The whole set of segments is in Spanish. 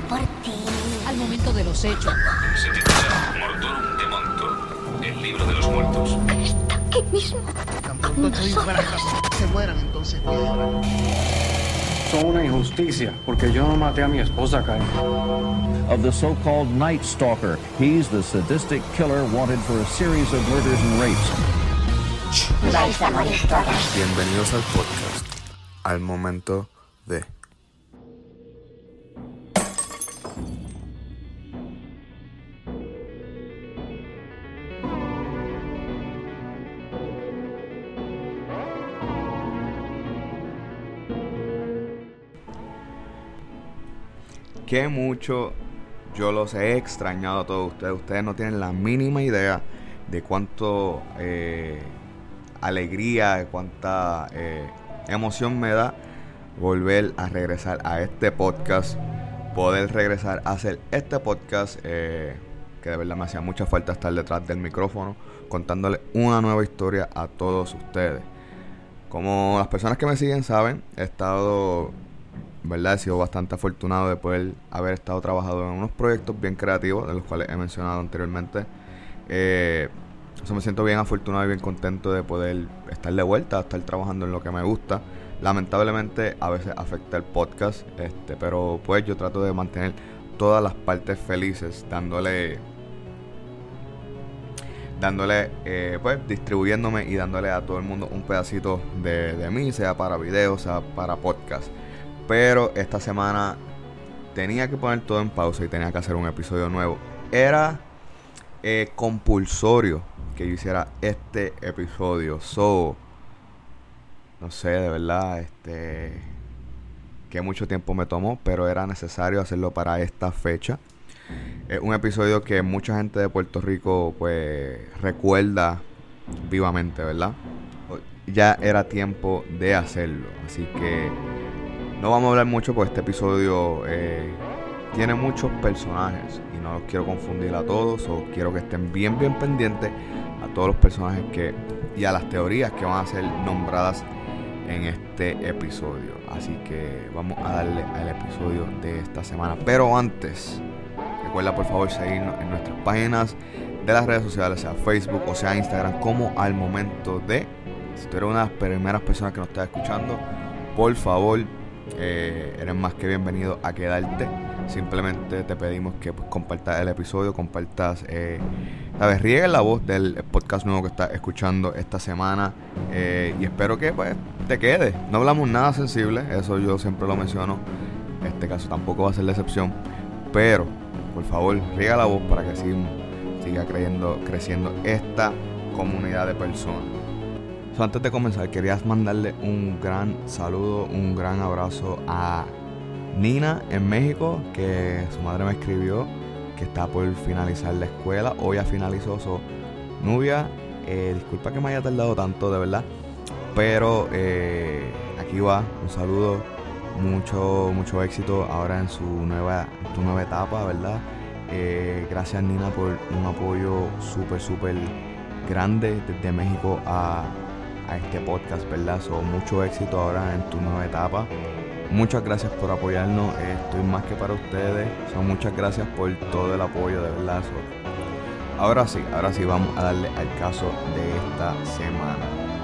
por ti. Al momento de los hechos. Se titula Mortorum de Monto, el libro de los muertos. Está aquí mismo. Tan pronto estoy fuera de casa, se mueran, entonces voy a llorar. Son una injusticia, porque yo no maté a mi esposa, Karen. Of the so-called Night Stalker. He's the sadistic killer wanted for a series of murders and rapes. Vais a morir todas. Bienvenidos al podcast, al momento de... Que mucho yo los he extrañado a todos ustedes. Ustedes no tienen la mínima idea de cuánto alegría, de cuánta emoción me da volver a regresar a este podcast, poder regresar a hacer este podcast, que de verdad me hacía mucha falta estar detrás del micrófono contándole una nueva historia a todos ustedes. Como las personas que me siguen saben, he sido bastante afortunado de poder haber estado trabajando en unos proyectos bien creativos, de los cuales he mencionado anteriormente. Me siento bien afortunado y bien contento de poder estar de vuelta, estar trabajando en lo que me gusta. Lamentablemente a veces afecta el podcast, pero pues yo trato de mantener todas las partes felices, dándole distribuyéndome y dándole a todo el mundo un pedacito de mí, sea para videos, sea para podcast. Pero esta semana tenía que poner todo en pausa y tenía que hacer un episodio nuevo. Era compulsorio que yo hiciera este episodio. No sé, de verdad, que mucho tiempo me tomó, pero era necesario hacerlo para esta fecha. Es un episodio que mucha gente de Puerto Rico pues recuerda vivamente, ¿verdad? Ya era tiempo de hacerlo, así que no vamos a hablar mucho porque este episodio tiene muchos personajes y no los quiero confundir a todos, o quiero que estén bien pendientes a todos los personajes y a las teorías que van a ser nombradas en este episodio. Así que vamos a darle al episodio de esta semana. Pero antes, recuerda por favor seguirnos en nuestras páginas de las redes sociales, sea Facebook o sea Instagram, como Al Momento De. Si tú eres una de las primeras personas que nos está escuchando, por favor, eres más que bienvenido a quedarte. Simplemente te pedimos que pues, compartas el episodio, riegues la voz del podcast nuevo que estás escuchando esta semana, y espero que pues te quedes. No hablamos nada sensible, eso yo siempre lo menciono, este caso tampoco va a ser la excepción, pero por favor riega la voz para que siga creciendo esta comunidad de personas. Antes de comenzar, quería mandarle un gran saludo, un gran abrazo a Nina en México, que su madre me escribió que está por finalizar la escuela. Hoy ya finalizó. Nubia, disculpa que me haya tardado tanto, de verdad, pero aquí va un saludo, mucho éxito ahora en tu nueva etapa, ¿verdad? Gracias, Nina, por un apoyo súper grande desde México a este podcast, ¿verdad? Mucho éxito ahora en tu nueva etapa. Muchas gracias por apoyarnos. Estoy más que para ustedes. Muchas gracias por todo el apoyo, de verdad. Ahora sí, vamos a darle al caso de esta semana.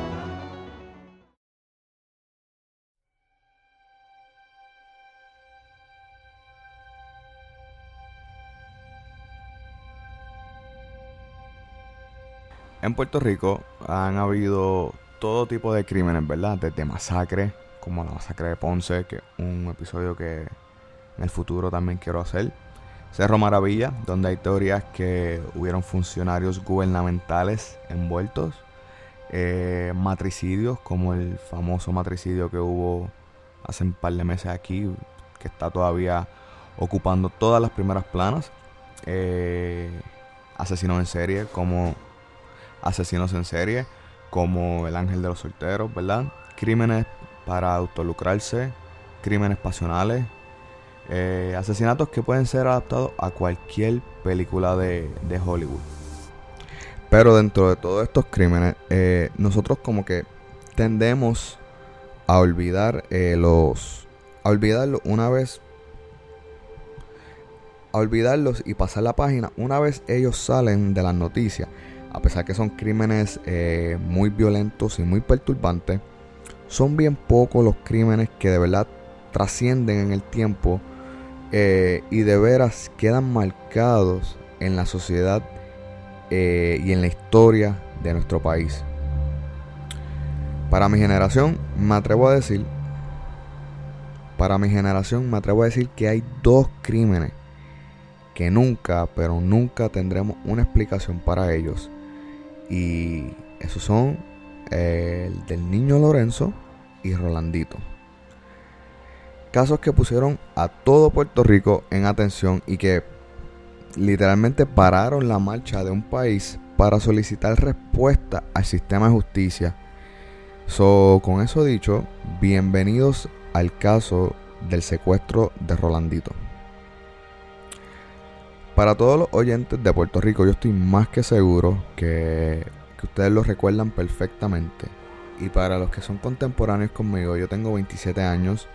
En Puerto Rico han habido todo tipo de crímenes, ¿verdad? Desde masacres, como la masacre de Ponce, que es un episodio que en el futuro también quiero hacer. Cerro Maravilla, donde hay teorías que hubieron funcionarios gubernamentales envueltos. Matricidios, como el famoso matricidio que hubo hace un par de meses aquí, que está todavía ocupando todas las primeras planas. Asesinos en serie, como el Ángel de los Solteros, ¿verdad? Crímenes para autolucrarse, crímenes pasionales, asesinatos que pueden ser adaptados a cualquier película de Hollywood. Pero dentro de todos estos crímenes, nosotros como que tendemos a olvidarlos una vez a olvidarlos y pasar la página una vez ellos salen de las noticias. A pesar que son crímenes muy violentos y muy perturbantes, son bien pocos los crímenes que de verdad trascienden en el tiempo y de veras quedan marcados en la sociedad y en la historia de nuestro país. Para mi generación me atrevo a decir que hay 2 crímenes que nunca, pero nunca tendremos una explicación para ellos. Y esos son el del niño Lorenzo y Rolandito. Casos que pusieron a todo Puerto Rico en atención y que literalmente pararon la marcha de un país para solicitar respuesta al sistema de justicia. Con eso dicho, bienvenidos al caso del secuestro de Rolandito. Para todos los oyentes de Puerto Rico, yo estoy más que seguro que ustedes lo recuerdan perfectamente. Y para los que son contemporáneos conmigo, yo tengo 27 años.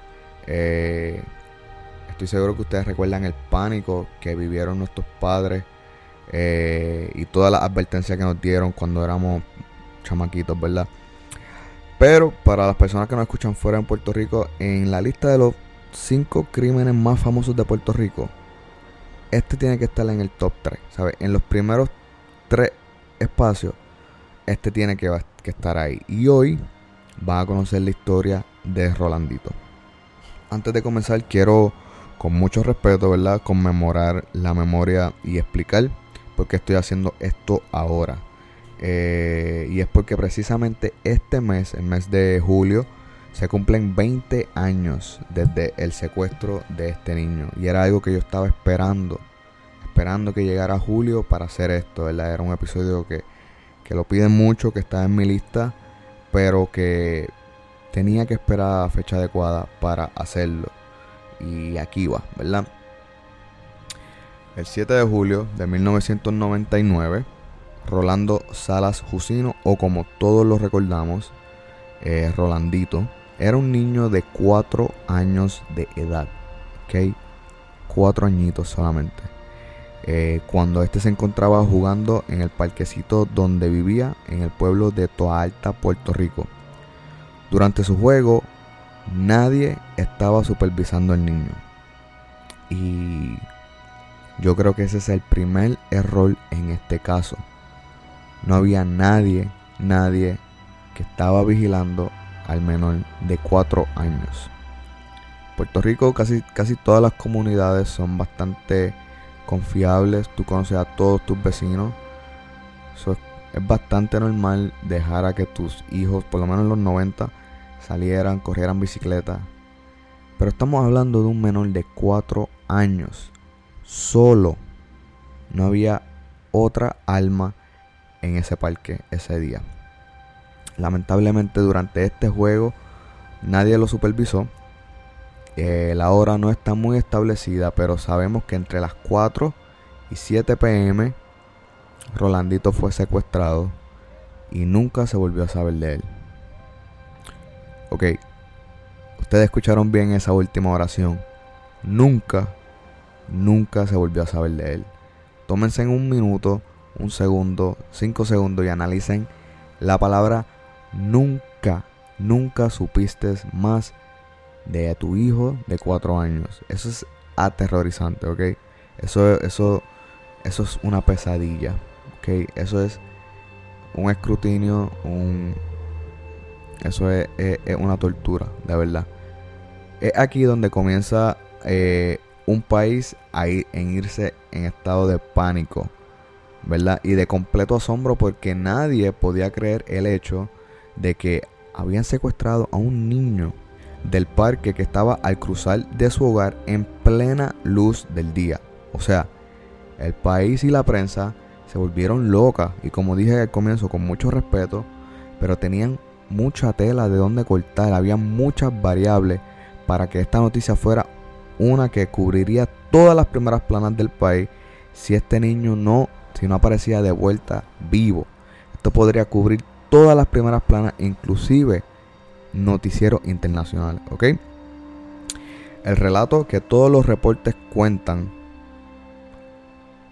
Estoy seguro que ustedes recuerdan el pánico que vivieron nuestros padres y todas las advertencias que nos dieron cuando éramos chamaquitos, ¿verdad? Pero para las personas que nos escuchan fuera en Puerto Rico, en la lista de los 5 crímenes más famosos de Puerto Rico, este tiene que estar en el top 3, ¿sabes? En los primeros 3 espacios, este tiene que estar ahí. Y hoy van a conocer la historia de Rolandito. Antes de comenzar, quiero, con mucho respeto, ¿verdad?, conmemorar la memoria y explicar por qué estoy haciendo esto ahora. Y es porque precisamente este mes, el mes de julio, se cumplen 20 años desde el secuestro de este niño. Y era algo que yo estaba esperando que llegara julio para hacer esto, ¿verdad? Era un episodio que lo piden mucho, que está en mi lista, pero que tenía que esperar a la fecha adecuada para hacerlo. Y aquí va, ¿verdad? El 7 de julio de 1999, Rolando Salas Jusino, o como todos lo recordamos, Rolandito, era un niño de 4 años de edad, ¿ok? 4 añitos solamente. Cuando este se encontraba jugando en el parquecito donde vivía en el pueblo de Toa Alta, Puerto Rico. Durante su juego, nadie estaba supervisando al niño. Y yo creo que ese es el primer error en este caso. No había nadie que estaba vigilando al menor de 4 años. Puerto Rico, casi todas las comunidades son bastante confiables. Tú conoces a todos tus vecinos. Es bastante normal dejar a que tus hijos, por lo menos en los 90, salieran, corrieran bicicleta. Pero estamos hablando de un menor de 4 años. Solo. No había otra alma en ese parque ese día. Lamentablemente durante este juego nadie lo supervisó. La hora no está muy establecida, pero sabemos que entre las 4 y 7 p.m. Rolandito fue secuestrado y nunca se volvió a saber de él. Ok, ustedes escucharon bien esa última oración. Nunca se volvió a saber de él. Tómense en un minuto, un segundo, 5 segundos y analicen la palabra nunca. Nunca supiste más de tu hijo de 4 años. Eso es aterrorizante, ¿ok? Eso es una pesadilla, ¿ok? Eso es un escrutinio, eso es una tortura, de verdad. Es aquí donde comienza un país en irse en estado de pánico, ¿verdad? Y de completo asombro, porque nadie podía creer el hecho de que habían secuestrado a un niño del parque que estaba al cruzar de su hogar en plena luz del día. O sea, el país y la prensa se volvieron locas, y como dije al comienzo, con mucho respeto, pero tenían mucha tela de donde cortar. Había muchas variables para que esta noticia fuera una que cubriría todas las primeras planas del país. Si este niño no aparecía de vuelta vivo, esto podría cubrir todas las primeras planas, inclusive noticieros internacionales, ¿ok? El relato que todos los reportes cuentan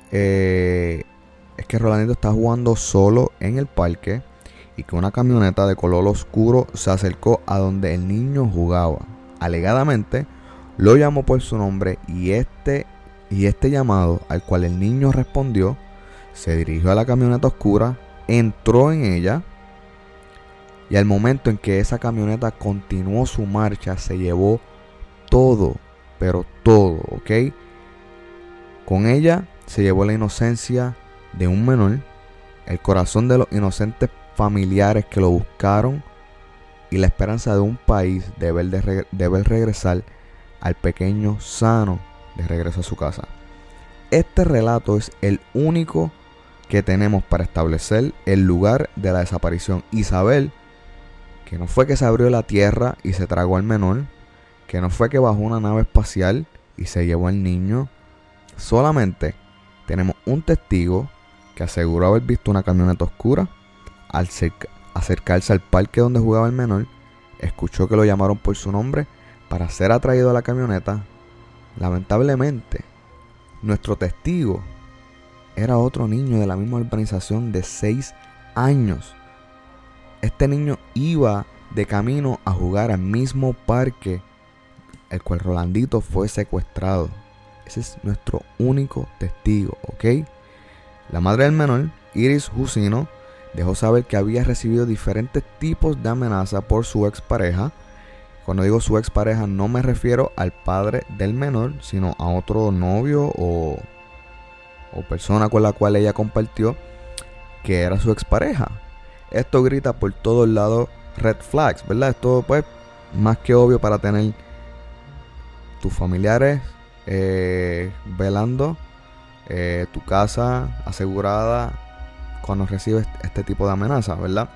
es que Rolandito está jugando solo en el parque y que una camioneta de color oscuro se acercó a donde el niño jugaba. Alegadamente lo llamó por su nombre y este llamado al cual el niño respondió, se dirigió a la camioneta oscura, entró en ella y al momento en que esa camioneta continuó su marcha se llevó todo, pero todo, ¿ok? Con ella se llevó la inocencia de un menor, el corazón de los inocentes familiares que lo buscaron y la esperanza de un país de ver regresar al pequeño sano de regreso a su casa. Este relato es el único que tenemos para establecer el lugar de la desaparición y saber que no fue que se abrió la tierra y se tragó al menor, que no fue que bajó una nave espacial y se llevó al niño. Solamente tenemos un testigo que aseguró haber visto una camioneta oscura al acercarse al parque donde jugaba el menor, escuchó que lo llamaron por su nombre para ser atraído a la camioneta. Lamentablemente, nuestro testigo era otro niño de la misma urbanización de 6 años. Este niño iba de camino a jugar al mismo parque el cual Rolandito fue secuestrado. Ese es nuestro único testigo, ¿ok? La madre del menor, Iris Jusino, dejó saber que había recibido diferentes tipos de amenaza por su expareja. Cuando digo su expareja no me refiero al padre del menor, sino a otro novio o persona con la cual ella compartió que era su expareja. Esto grita por todos lados red flags, ¿verdad? Esto pues más que obvio para tener tus familiares velando, tu casa asegurada cuando recibes este tipo de amenaza, ¿verdad?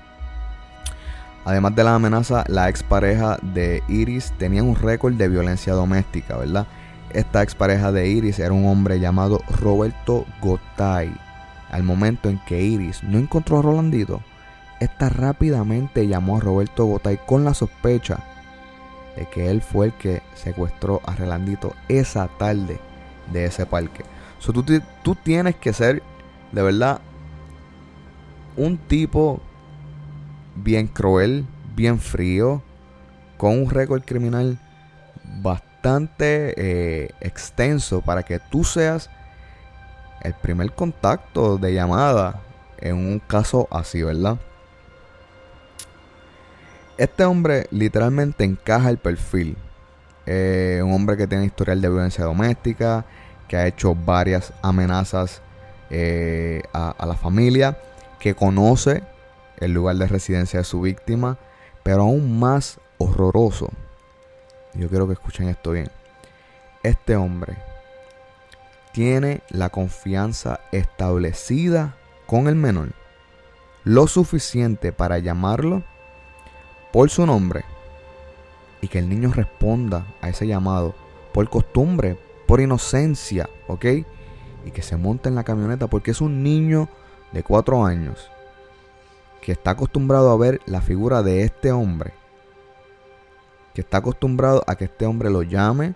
Además de la amenaza, la expareja de Iris tenía un récord de violencia doméstica, ¿verdad? Esta expareja de Iris era un hombre llamado Roberto Gotay. Al momento en que Iris no encontró a Rolandito, esta rápidamente llamó a Roberto Gotay con la sospecha de que él fue el que secuestró a Rolandito esa tarde de ese parque. So, tú tienes que ser, de verdad, un tipo bien cruel, bien frío, con un récord criminal bastante extenso para que tú seas el primer contacto de llamada en un caso así, ¿verdad? Este hombre literalmente encaja el perfil. Un hombre que tiene historial de violencia doméstica, que ha hecho varias amenazas a la familia, que conoce el lugar de residencia de su víctima, pero aún más horroroso. Yo quiero que escuchen esto bien. Este hombre tiene la confianza establecida con el menor, lo suficiente para llamarlo por su nombre y que el niño responda a ese llamado por costumbre, por inocencia, ¿ok? Y que se monte en la camioneta porque es un niño de 4 años que está acostumbrado a ver la figura de este hombre, que está acostumbrado a que este hombre lo llame,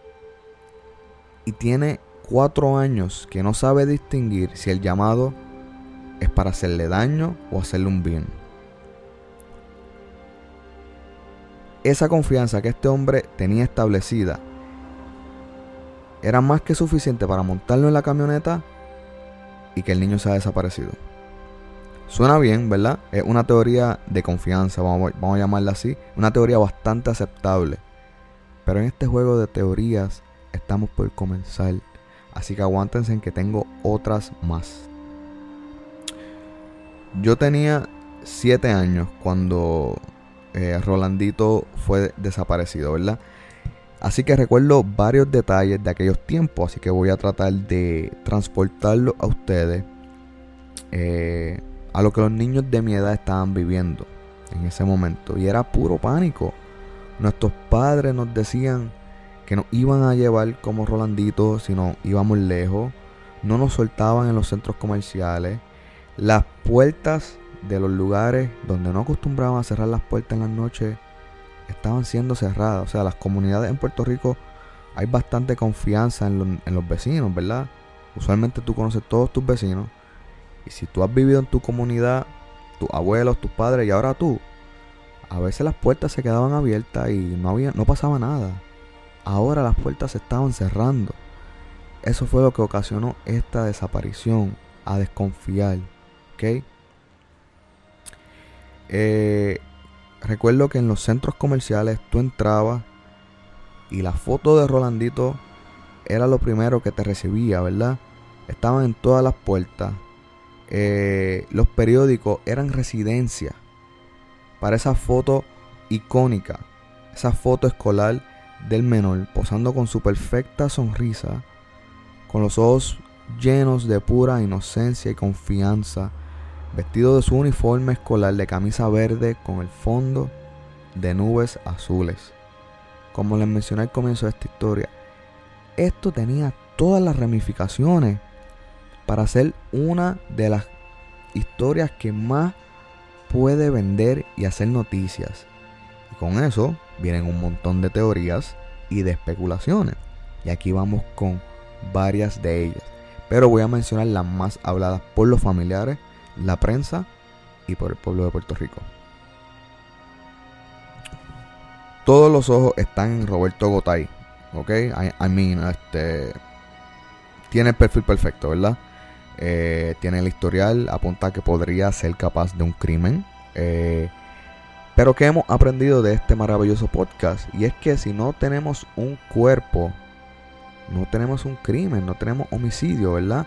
y tiene 4 años que no sabe distinguir si el llamado es para hacerle daño o hacerle un bien. Esa confianza que este hombre tenía establecida era más que suficiente para montarlo en la camioneta y que el niño se ha desaparecido. Suena bien, ¿verdad? Es una teoría de confianza, vamos a llamarla así. Una teoría bastante aceptable. Pero en este juego de teorías estamos por comenzar. Así que aguántense en que tengo otras más. Yo tenía 7 años cuando Rolandito fue desaparecido, ¿verdad? Así que recuerdo varios detalles de aquellos tiempos. Así que voy a tratar de transportarlo a ustedes a lo que los niños de mi edad estaban viviendo en ese momento. Y era puro pánico. Nuestros padres nos decían que nos iban a llevar como Rolandito si no íbamos lejos. No nos soltaban en los centros comerciales. Las puertas de los lugares donde no acostumbraban a cerrar las puertas en las noches estaban siendo cerradas. O sea, las comunidades en Puerto Rico hay bastante confianza en los vecinos, ¿verdad? usualmente tú conoces todos tus vecinos. Y si tú has vivido en tu comunidad, tus abuelos, tus padres y ahora tú, a veces las puertas se quedaban abiertas y no pasaba nada. Ahora las puertas se estaban cerrando. Eso fue lo que ocasionó esta desaparición, a desconfiar, ¿ok? Recuerdo que en los centros comerciales tú entrabas y la foto de Rolandito era lo primero que te recibía, ¿verdad? Estaban en todas las puertas. Los periódicos eran residencia para esa foto icónica, esa foto escolar del menor posando con su perfecta sonrisa, con los ojos llenos de pura inocencia y confianza, vestido de su uniforme escolar de camisa verde con el fondo de nubes azules. Como les mencioné al comienzo de esta historia, esto tenía todas las ramificaciones para ser una de las historias que más puede vender y hacer noticias. Y con eso vienen un montón de teorías y de especulaciones. Y aquí vamos con varias de ellas. Pero voy a mencionar las más habladas por los familiares, la prensa y por el pueblo de Puerto Rico. Todos los ojos están en Roberto Gotay. ¿Ok? Tiene el perfil perfecto, ¿verdad? Tiene el historial, apunta que podría ser capaz de un crimen. Pero ¿qué hemos aprendido de este maravilloso podcast? Y es que si no tenemos un cuerpo, no tenemos un crimen, no tenemos homicidio, ¿verdad?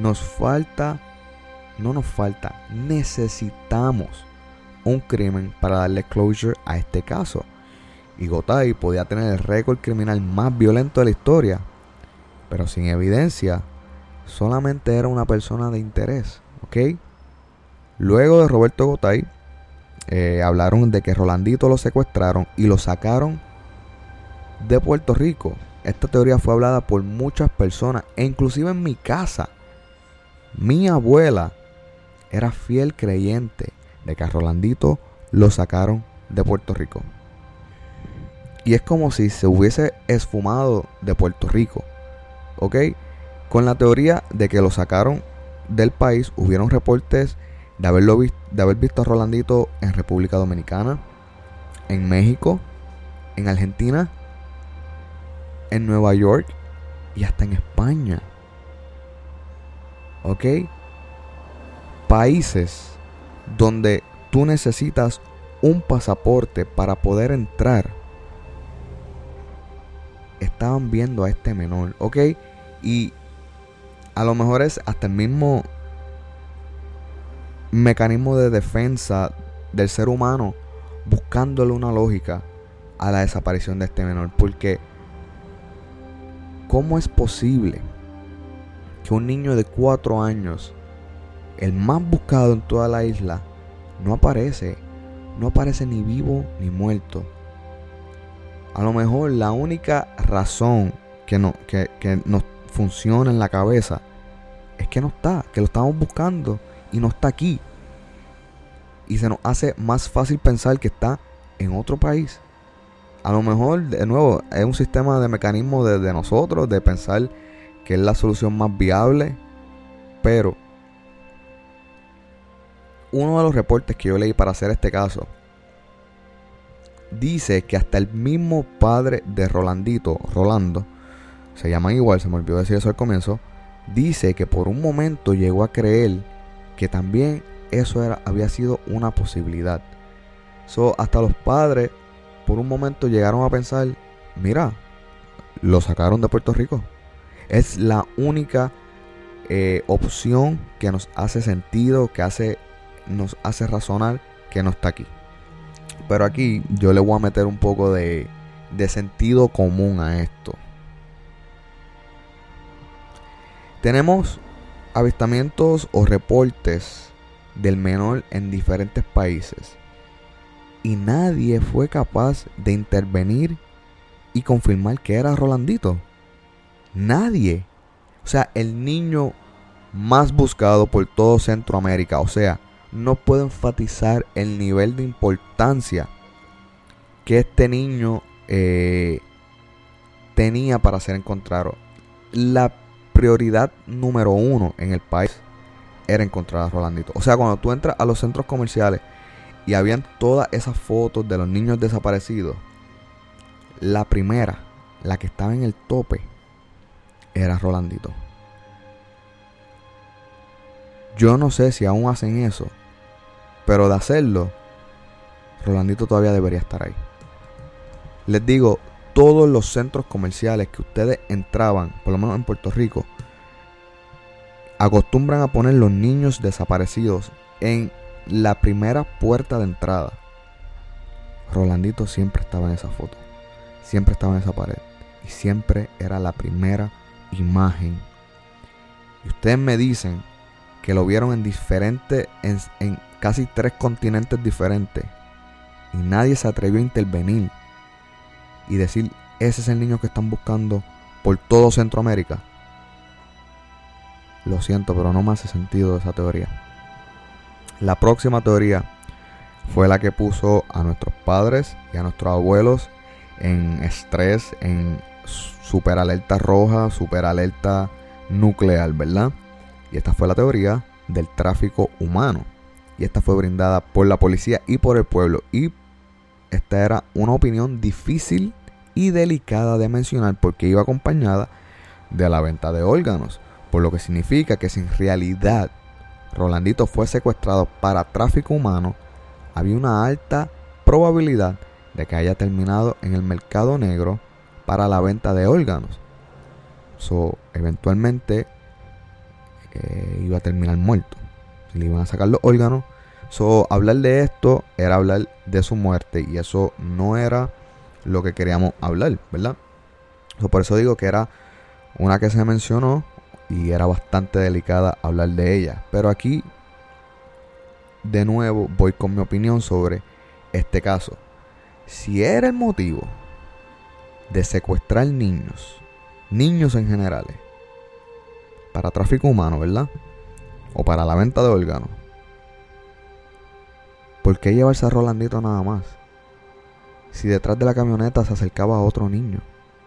Necesitamos un crimen para darle closure a este caso. Y Gotay podía tener el récord criminal más violento de la historia, pero sin evidencia. Solamente era una persona de interés, ¿ok? Luego de Roberto Gotay, hablaron de que Rolandito lo secuestraron y lo sacaron de Puerto Rico. Esta teoría fue hablada por muchas personas, e inclusive en mi casa. Mi abuela era fiel creyente de que a Rolandito lo sacaron de Puerto Rico. Y es como si se hubiese esfumado de Puerto Rico, ¿ok? Con la teoría de que lo sacaron del país, hubieron reportes de haber visto a Rolandito en República Dominicana, en México, en Argentina, en Nueva York y hasta en España. ¿Ok? Países donde tú necesitas un pasaporte para poder entrar, estaban viendo a este menor, ¿ok? Y a lo mejor es hasta el mismo mecanismo de defensa del ser humano buscándole una lógica a la desaparición de este menor. Porque ¿cómo es posible que un niño de 4 años, el más buscado en toda la isla, no aparece ni vivo ni muerto? A lo mejor la única razón que nos funciona en la cabeza es que no está, que lo estamos buscando y no está aquí. Y se nos hace más fácil pensar que está en otro país. A lo mejor, de nuevo, es un sistema de mecanismo de nosotros, de pensar que es la solución más viable. Pero uno de los reportes que yo leí para hacer este caso dice que hasta el mismo padre de Rolandito, Rolando, se llaman igual, se me olvidó decir eso al comienzo, dice que por un momento llegó a creer que también eso había sido una posibilidad. Hasta los padres por un momento llegaron a pensar, mira, lo sacaron de Puerto Rico. Es la única opción que nos hace sentido, nos hace razonar que no está aquí. Pero aquí yo le voy a meter un poco de sentido común a esto. Tenemos avistamientos o reportes del menor en diferentes países y nadie fue capaz de intervenir y confirmar que era Rolandito. Nadie. O sea, el niño más buscado por todo Centroamérica. O sea, no puedo enfatizar el nivel de importancia que este niño tenía para ser encontrado. La prioridad número 1 en el país era encontrar a Rolandito. O sea, cuando tú entras a los centros comerciales y habían todas esas fotos de los niños desaparecidos, la primera, la que estaba en el tope, era Rolandito. Yo no sé si aún hacen eso, pero de hacerlo, Rolandito todavía debería estar ahí. Les digo, todos los centros comerciales que ustedes entraban, por lo menos en Puerto Rico, acostumbran a poner los niños desaparecidos en la primera puerta de entrada. Rolandito siempre estaba en esa foto, siempre estaba en esa pared y siempre era la primera imagen. Y ustedes me dicen que lo vieron en casi 3 continentes diferentes y nadie se atrevió a intervenir y decir, ese es el niño que están buscando por todo Centroamérica. Lo siento, pero no me hace sentido esa teoría. La próxima teoría fue la que puso a nuestros padres y a nuestros abuelos en estrés, en super alerta roja, super alerta nuclear, ¿verdad? Y esta fue la teoría del tráfico humano. Y esta fue brindada por la policía y por el pueblo. Y esta era una opinión difícil y delicada de mencionar porque iba acompañada de la venta de órganos. Por lo que significa que si en realidad Rolandito fue secuestrado para tráfico humano, había una alta probabilidad de que haya terminado en el mercado negro para la venta de órganos. Eventualmente iba a terminar muerto. Le iban a sacar los órganos. Hablar de esto era hablar de su muerte y eso no era lo que queríamos hablar, ¿verdad? Por eso digo que era una que se mencionó y era bastante delicada hablar de ella. Pero aquí, de nuevo, voy con mi opinión sobre este caso. Si era el motivo de secuestrar niños en general, para tráfico humano, ¿verdad? O para la venta de órganos, ¿por qué llevarse a Rolandito nada más? Si detrás de la camioneta se acercaba a otro niño.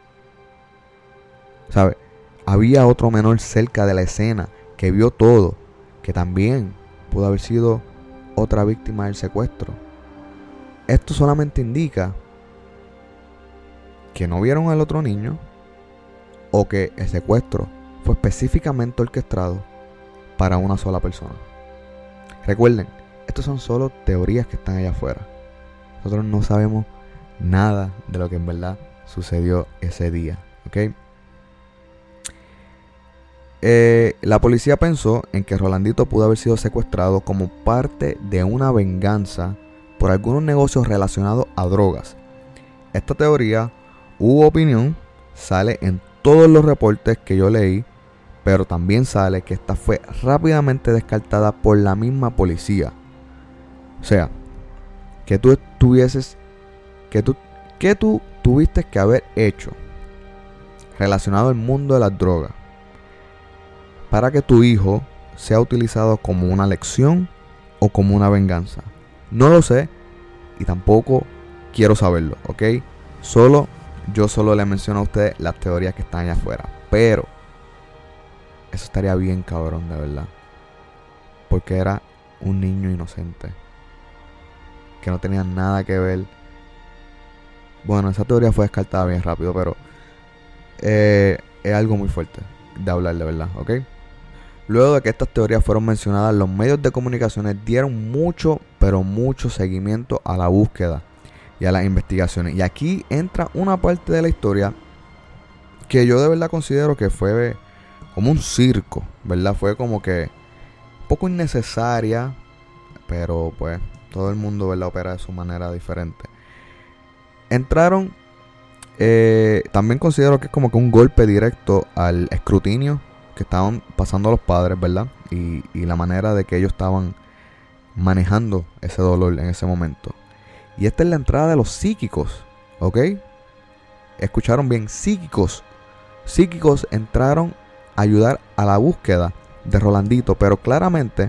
¿Sabe? Había otro menor cerca de la escena que vio todo, que también pudo haber sido otra víctima del secuestro. Esto solamente indica que no vieron al otro niño o que el secuestro fue específicamente orquestado para una sola persona. Recuerden, estas son solo teorías que están allá afuera. Nosotros no sabemos nada de lo que en verdad sucedió ese día, ¿ok? La policía pensó en que Rolandito pudo haber sido secuestrado como parte de una venganza por algunos negocios relacionados a drogas. Esta teoría, u opinión, sale en todos los reportes que yo leí, pero también sale que esta fue rápidamente descartada por la misma policía. O sea, que tú tuviste que haber hecho relacionado al mundo de las drogas para que tu hijo sea utilizado como una lección o como una venganza. No lo sé y tampoco quiero saberlo, ¿ok? Yo solo le menciono a ustedes las teorías que están allá afuera. Pero eso estaría bien cabrón, de verdad. Porque era un niño inocente que no tenía nada que ver. Bueno, esa teoría fue descartada bien rápido, pero es algo muy fuerte de hablar, de verdad, ¿ok? Luego de que estas teorías fueron mencionadas, los medios de comunicaciones dieron mucho, pero mucho seguimiento a la búsqueda y a las investigaciones. Y aquí entra una parte de la historia que yo de verdad considero que fue como un circo, ¿verdad? Fue como que un poco innecesaria, pero pues todo el mundo, ¿verdad?, opera de su manera diferente. Entraron, también considero que es como que un golpe directo al escrutinio que estaban pasando los padres, ¿verdad? Y la manera de que ellos estaban manejando ese dolor en ese momento. Y esta es la entrada de los psíquicos, ¿ok? Escucharon bien, psíquicos. Psíquicos entraron a ayudar a la búsqueda de Rolandito, pero claramente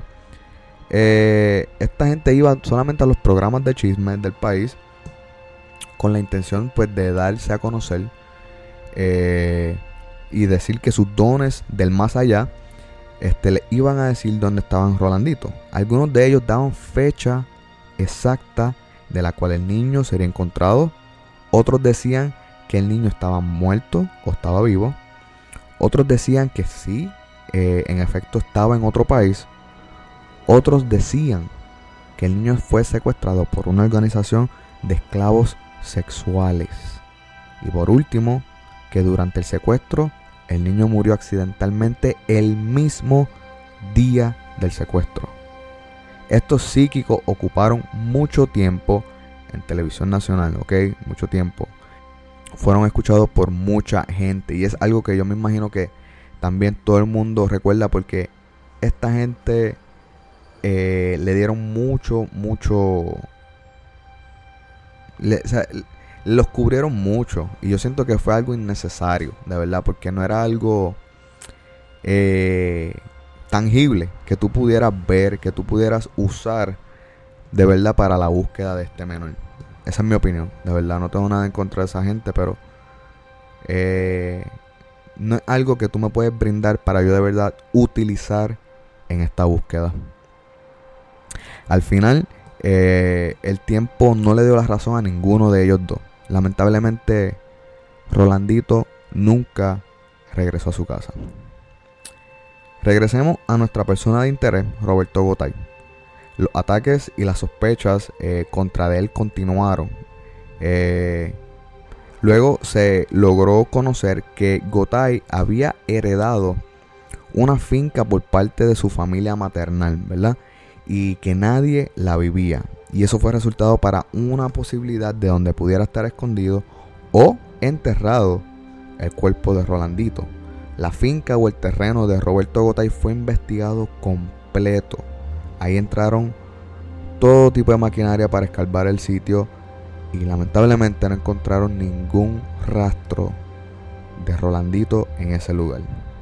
esta gente iba solamente a los programas de chismes del país con la intención pues de darse a conocer y decir que sus dones del más allá le iban a decir dónde estaban Rolandito. Algunos de ellos daban fecha exacta de la cual el niño sería encontrado. Otros decían que el niño estaba muerto o estaba vivo. Otros decían que sí, en efecto estaba en otro país. Otros decían que el niño fue secuestrado por una organización de esclavos sexuales. Y por último, que durante el secuestro el niño murió accidentalmente el mismo día del secuestro. Estos psíquicos ocuparon mucho tiempo en televisión nacional, ¿ok? Mucho tiempo. Fueron escuchados por mucha gente y es algo que yo me imagino que también todo el mundo recuerda, porque esta gente le dieron mucho los cubrieron mucho, y yo siento que fue algo innecesario, de verdad, porque no era algo tangible que tú pudieras ver, que tú pudieras usar de verdad para la búsqueda de este menor. Esa es mi opinión, de verdad. No tengo nada en contra de esa gente, pero no es algo que tú me puedes brindar para yo de verdad utilizar en esta búsqueda. Al final, el tiempo no le dio la razón a ninguno de ellos dos. Lamentablemente, Rolandito nunca regresó a su casa. Regresemos a nuestra persona de interés, Roberto Gotay. Los ataques y las sospechas contra de él continuaron. Luego se logró conocer que Gotay había heredado una finca por parte de su familia maternal, ¿verdad? Y que nadie la vivía. Y eso fue resultado para una posibilidad de donde pudiera estar escondido o enterrado el cuerpo de Rolandito. La finca o el terreno de Roberto Gotay fue investigado completo. Ahí entraron todo tipo de maquinaria para escarbar el sitio y lamentablemente no encontraron ningún rastro de Rolandito en ese lugar.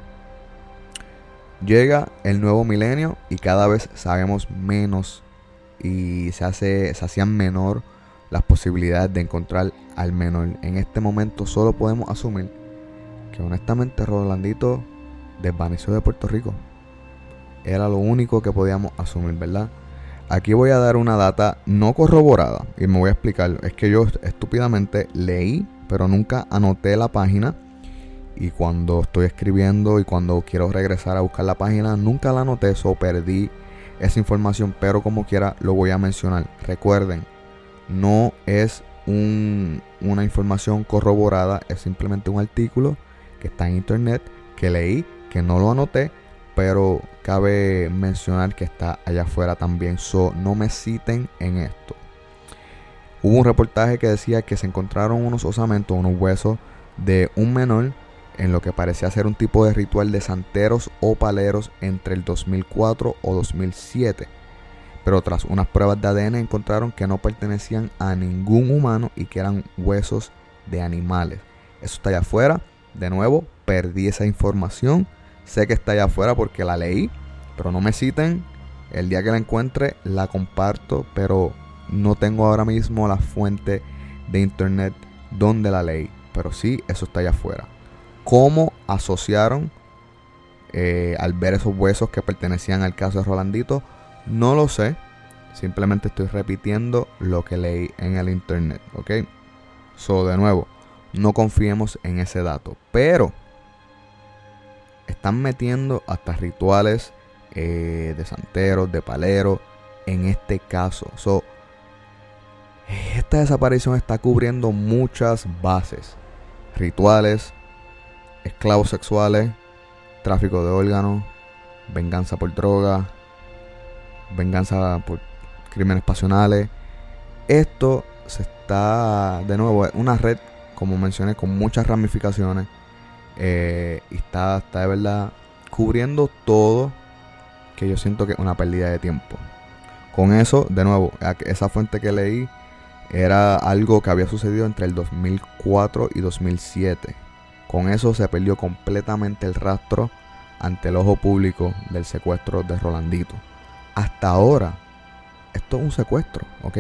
Llega el nuevo milenio y cada vez sabemos menos y se hacían menor las posibilidades de encontrar al menor. En este momento solo podemos asumir que honestamente Rolandito desvaneció de Puerto Rico. Era lo único que podíamos asumir, ¿verdad? Aquí voy a dar una data no corroborada y me voy a explicar. Es que yo estúpidamente leí, pero nunca anoté la página. Y cuando estoy escribiendo y cuando quiero regresar a buscar la página, nunca la anoté, so perdí esa información, pero como quiera lo voy a mencionar. Recuerden, no es una información corroborada, es simplemente un artículo que está en internet, que leí, que no lo anoté, pero cabe mencionar que está allá afuera también, so no me citen en esto. Hubo un reportaje que decía que se encontraron unos osamentos, unos huesos de un menor en lo que parecía ser un tipo de ritual de santeros o paleros entre el 2004 o 2007. Pero tras unas pruebas de ADN encontraron que no pertenecían a ningún humano y que eran huesos de animales. Eso está allá afuera. De nuevo, perdí esa información. Sé que está allá afuera porque la leí, pero no me citen. El día que la encuentre la comparto, pero no tengo ahora mismo la fuente de internet donde la leí. Pero sí, eso está allá afuera. ¿Cómo asociaron al ver esos huesos que pertenecían al caso de Rolandito? No lo sé. Simplemente estoy repitiendo lo que leí en el internet, ¿ok? So, de nuevo, no confiemos en ese dato. Pero están metiendo hasta rituales de santeros, de paleros en este caso. So, esta desaparición está cubriendo muchas bases. Rituales, esclavos sexuales, tráfico de órganos, venganza por droga, venganza por crímenes pasionales. Esto se está, de nuevo, es una red, como mencioné, con muchas ramificaciones. Y está de verdad cubriendo todo, que yo siento que es una pérdida de tiempo. Con eso, de nuevo, esa fuente que leí era algo que había sucedido entre el 2004 y 2007. Con eso se perdió completamente el rastro ante el ojo público del secuestro de Rolandito. Hasta ahora, esto es un secuestro, ¿ok?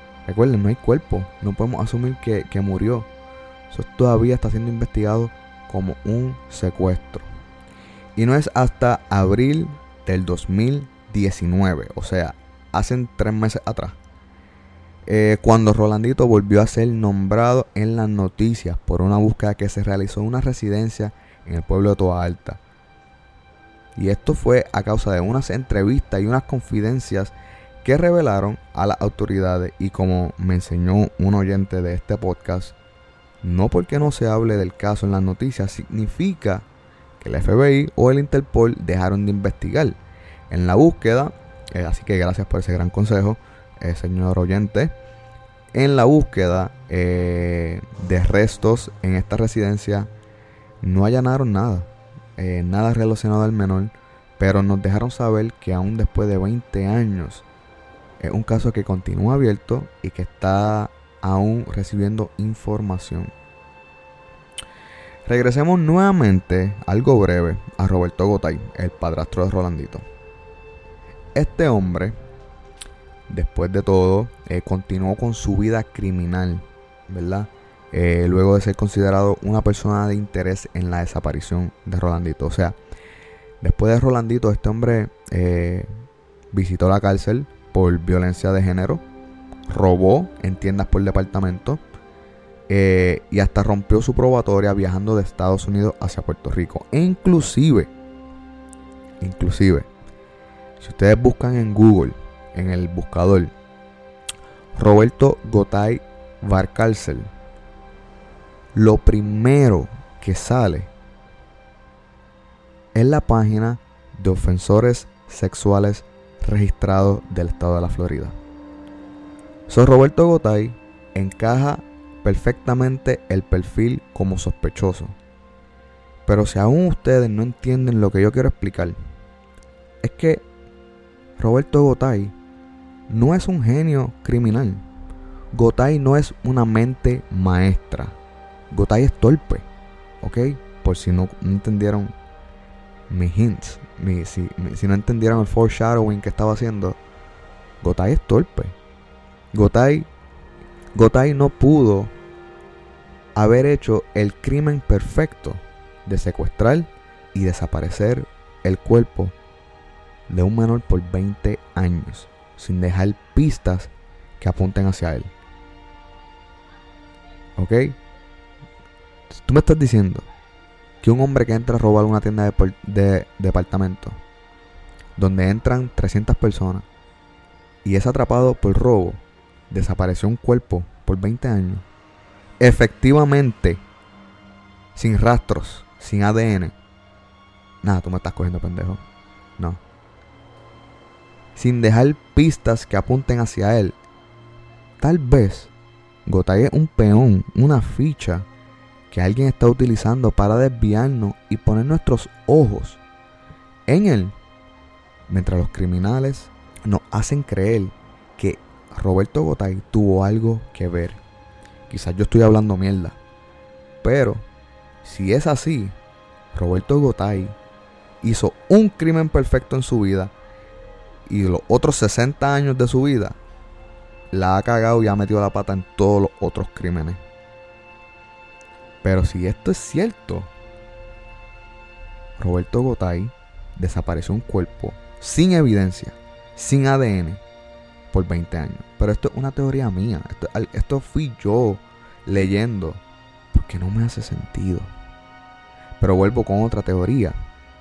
Recuerden, no hay cuerpo. No podemos asumir que murió. Eso todavía está siendo investigado como un secuestro. Y no es hasta abril del 2019, o sea, hace 3 meses atrás, cuando Rolandito volvió a ser nombrado en las noticias por una búsqueda que se realizó en una residencia en el pueblo de Toa Alta. Y esto fue a causa de unas entrevistas y unas confidencias que revelaron a las autoridades. Y como me enseñó un oyente de este podcast, no porque no se hable del caso en las noticias significa que el FBI o el Interpol dejaron de investigar en la búsqueda. Así que gracias por ese gran consejo, señor oyente. En la búsqueda de restos en esta residencia no allanaron nada, nada relacionado al menor, pero nos dejaron saber que aún después de 20 años es un caso que continúa abierto y que está aún recibiendo información. Regresemos nuevamente, algo breve, a Roberto Gotay, el padrastro de Rolandito. Este hombre, después de todo, continuó con su vida criminal, ¿verdad? Luego de ser considerado una persona de interés en la desaparición de Rolandito. O sea, después de Rolandito, este hombre visitó la cárcel por violencia de género, robó en tiendas por departamento y hasta rompió su probatoria viajando de Estados Unidos hacia Puerto Rico. E inclusive, si ustedes buscan en Google, en el buscador, Roberto Gotay Valcárcel, lo primero que sale es la página de ofensores sexuales registrados del estado de la Florida. Roberto Gotay encaja perfectamente el perfil como sospechoso. Pero si aún ustedes no entienden lo que yo quiero explicar, es que Roberto Gotay no es un genio criminal. Gotay no es una mente maestra. Gotay es torpe, ¿ok? Por si no entendieron mis hints, si no entendieron el foreshadowing que estaba haciendo, Gotay es torpe. Gotay no pudo haber hecho el crimen perfecto de secuestrar y desaparecer el cuerpo de un menor por 20 años sin dejar pistas que apunten hacia él. ¿Ok? Tú me estás diciendo que un hombre que entra a robar una tienda de departamento donde entran 300 personas y es atrapado por robo, desapareció un cuerpo por 20 años, efectivamente, sin rastros, sin ADN. Nada, tú me estás cogiendo, pendejo. No. Sin dejar pistas que apunten hacia él. Tal vez Gotay es un peón, una ficha que alguien está utilizando para desviarnos y poner nuestros ojos en él, mientras los criminales nos hacen creer que Roberto Gotay tuvo algo que ver. Quizás yo estoy hablando mierda, pero si es así, Roberto Gotay hizo un crimen perfecto en su vida y los otros 60 años de su vida la ha cagado y ha metido la pata en todos los otros crímenes. Pero si esto es cierto, Roberto Gotay desapareció un cuerpo sin evidencia, sin ADN, por 20 años. Pero esto es una teoría mía. Esto fui yo leyendo, porque no me hace sentido. Pero vuelvo con otra teoría.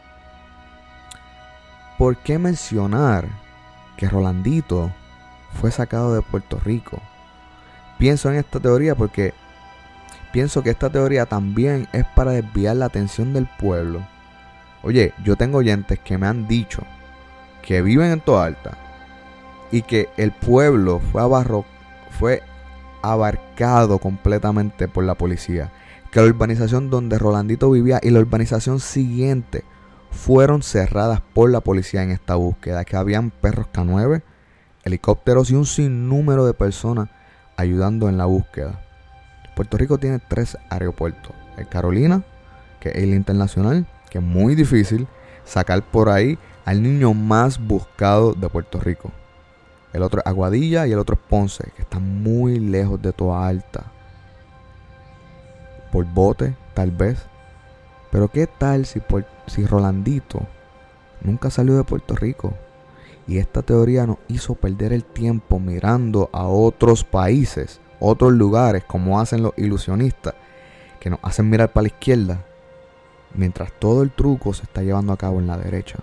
¿Por qué mencionar que Rolandito fue sacado de Puerto Rico? Pienso en esta teoría porque pienso que esta teoría también es para desviar la atención del pueblo. Oye, yo tengo oyentes que me han dicho que viven en Toa Alta y que el pueblo fue abarcado completamente por la policía. Que la urbanización donde Rolandito vivía y la urbanización siguiente fueron cerradas por la policía en esta búsqueda. Que habían perros K9, helicópteros y un sinnúmero de personas ayudando en la búsqueda. Puerto Rico tiene 3 aeropuertos. El Carolina, que es el internacional, que es muy difícil sacar por ahí al niño más buscado de Puerto Rico. El otro es Aguadilla y el otro es Ponce, que están muy lejos de Toa Alta. Por bote, tal vez. Pero ¿qué tal si Rolandito nunca salió de Puerto Rico? Y esta teoría nos hizo perder el tiempo mirando a otros países, otros lugares, como hacen los ilusionistas, que nos hacen mirar para la izquierda, mientras todo el truco se está llevando a cabo en la derecha.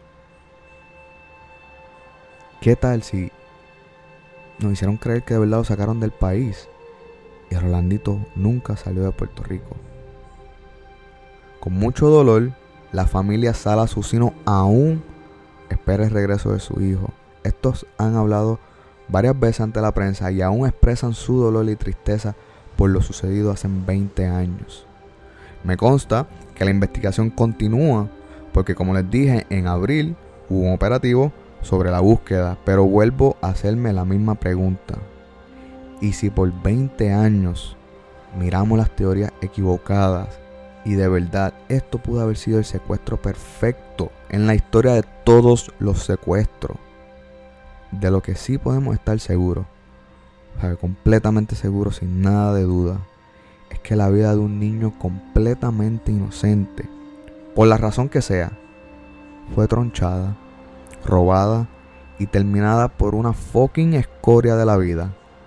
¿Qué tal si nos hicieron creer que de verdad lo sacaron del país y Rolandito nunca salió de Puerto Rico? Con mucho dolor, la familia Sala Susino aún espera el regreso de su hijo. Estos han hablado varias veces ante la prensa y aún expresan su dolor y tristeza por lo sucedido hace 20 años. Me consta que la investigación continúa porque, como les dije, en abril hubo un operativo sobre la búsqueda, pero vuelvo a hacerme la misma pregunta. ¿Y si por 20 años miramos las teorías equivocadas y de verdad esto pudo haber sido el secuestro perfecto en la historia de todos los secuestros? De lo que sí podemos estar seguros, completamente seguros, sin nada de duda, es que la vida de un niño completamente inocente, por la razón que sea, fue tronchada, robada y terminada por una fucking escoria de la vida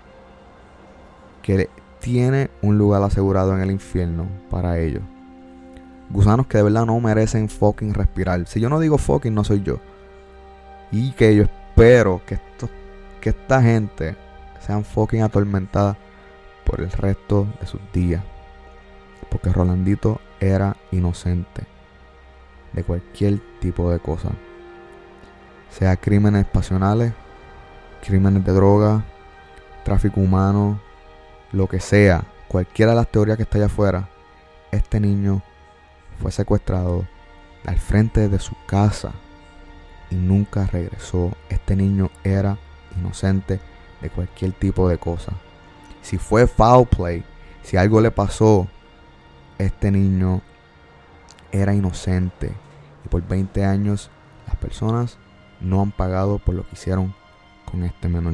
que tiene un lugar asegurado en el infierno para ellos. Gusanos que de verdad no merecen fucking respirar. Si yo no digo fucking, no soy yo. Y que yo espero que esta gente sean fucking atormentada por el resto de sus días. Porque Rolandito era inocente de cualquier tipo de cosa. Sea crímenes pasionales, crímenes de droga, tráfico humano, lo que sea, cualquiera de las teorías que está allá afuera, este niño fue secuestrado al frente de su casa y nunca regresó. Este niño era inocente de cualquier tipo de cosa. Si fue foul play, si algo le pasó, este niño era inocente. Y por 20 años las personas no han pagado por lo que hicieron con este menor.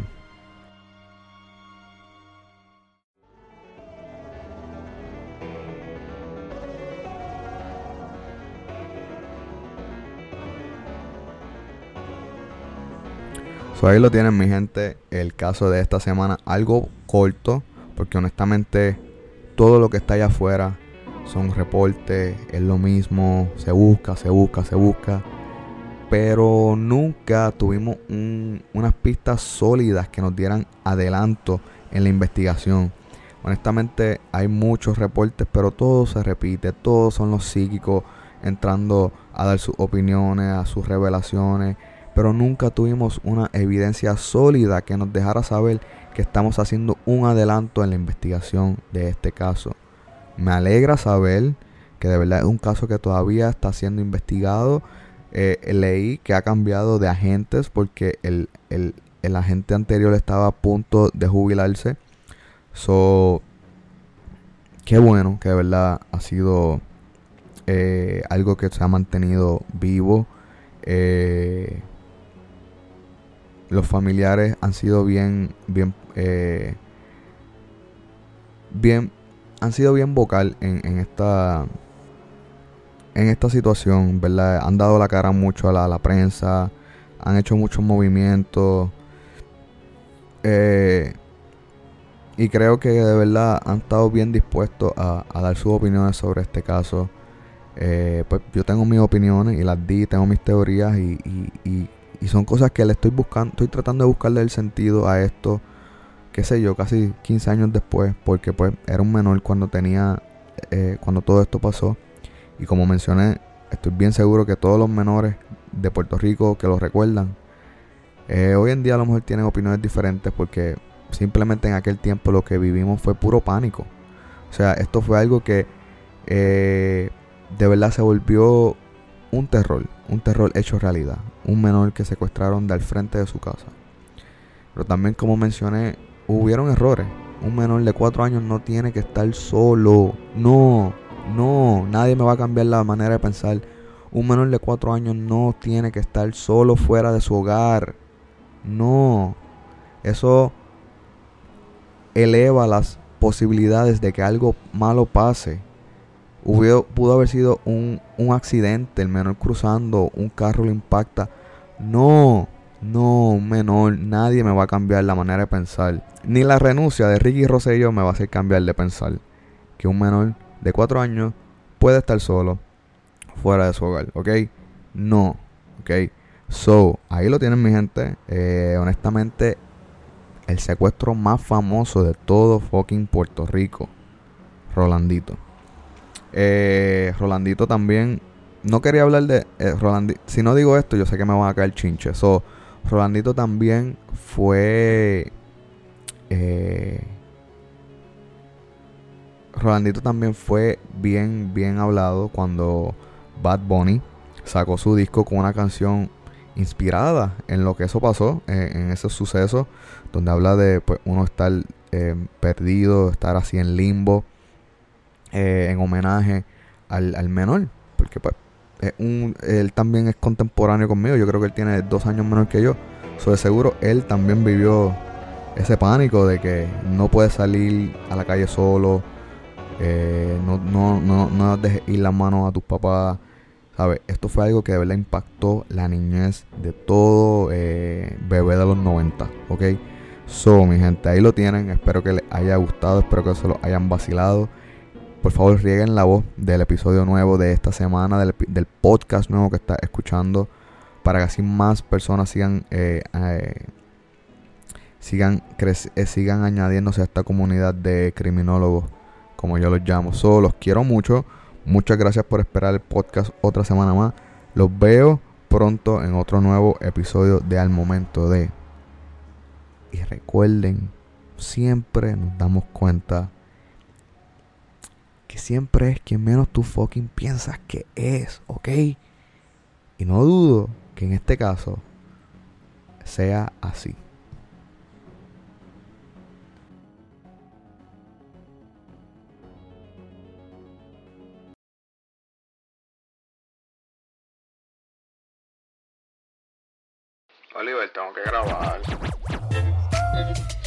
Ahí lo tienen, mi gente, el caso de esta semana, algo corto, porque honestamente todo lo que está allá afuera son reportes, es lo mismo, se busca, pero nunca tuvimos unas pistas sólidas que nos dieran adelanto en la investigación. Honestamente hay muchos reportes, pero todo se repite, todos son los psíquicos entrando a dar sus opiniones, a sus revelaciones, pero nunca tuvimos una evidencia sólida que nos dejara saber que estamos haciendo un adelanto en la investigación de este caso. Me alegra saber que de verdad es un caso que todavía está siendo investigado. Leí que ha cambiado de agentes porque el agente anterior estaba a punto de jubilarse. Qué bueno que de verdad ha sido algo que se ha mantenido vivo. Los familiares han sido bien vocal en esta situación, ¿verdad? Han dado la cara mucho a la prensa, han hecho muchos movimientos, y creo que de verdad han estado bien dispuestos a dar sus opiniones sobre este caso. Pues yo tengo mis opiniones y las di, tengo mis teorías y son cosas que le estoy tratando de buscarle el sentido a esto, qué sé yo, casi 15 años después, porque pues era un menor cuando todo esto pasó. Y como mencioné, estoy bien seguro que todos los menores de Puerto Rico que lo recuerdan, hoy en día a lo mejor tienen opiniones diferentes, porque simplemente en aquel tiempo lo que vivimos fue puro pánico. O sea, esto fue algo que de verdad se volvió un terror hecho realidad. Un menor que secuestraron del frente de su casa. Pero también, como mencioné, hubieron errores. Un menor de 4 años no tiene que estar solo. No, nadie me va a cambiar la manera de pensar. Un menor de 4 años no tiene que estar solo fuera de su hogar. No. Eso eleva las posibilidades de que algo malo pase. Pudo haber sido un accidente, el menor cruzando, un carro lo impacta. No, un menor, nadie me va a cambiar la manera de pensar. Ni la renuncia de Ricky Rosselló me va a hacer cambiar de pensar que un menor de 4 años puede estar solo fuera de su hogar, ¿ok? No, ¿ok? So, ahí lo tienen, mi gente. Honestamente, el secuestro más famoso de todo fucking Puerto Rico, Rolandito. Rolandito también. No quería hablar de Rolandito. Si no digo esto, yo sé que me van a caer chinches. So, Rolandito también fue. Rolandito también fue bien hablado cuando Bad Bunny sacó su disco con una canción inspirada en lo que eso pasó, en ese suceso, donde habla de pues, uno estar perdido, estar así en limbo, en homenaje al menor, porque pues él también es contemporáneo conmigo. Yo creo que él tiene 2 años menor que yo. So, de seguro él también vivió ese pánico de que no puedes salir a la calle solo, no dejes ir las manos a tus papás, ¿sabes? Esto fue algo que de verdad impactó la niñez de todo bebé de los 90, ¿ok? So, mi gente, ahí lo tienen. Espero que les haya gustado, espero que se lo hayan vacilado. Por favor, rieguen la voz del episodio nuevo de esta semana, del podcast nuevo que estás escuchando, para que así más personas sigan añadiéndose a esta comunidad de criminólogos, como yo los llamo. So, los quiero mucho. Muchas gracias por esperar el podcast otra semana más. Los veo pronto en otro nuevo episodio de Al Momento de. Y recuerden, siempre nos damos cuenta que siempre es quien menos tú fucking piensas que es, ¿ok? Y no dudo que en este caso sea así. Oliver, tengo que grabar.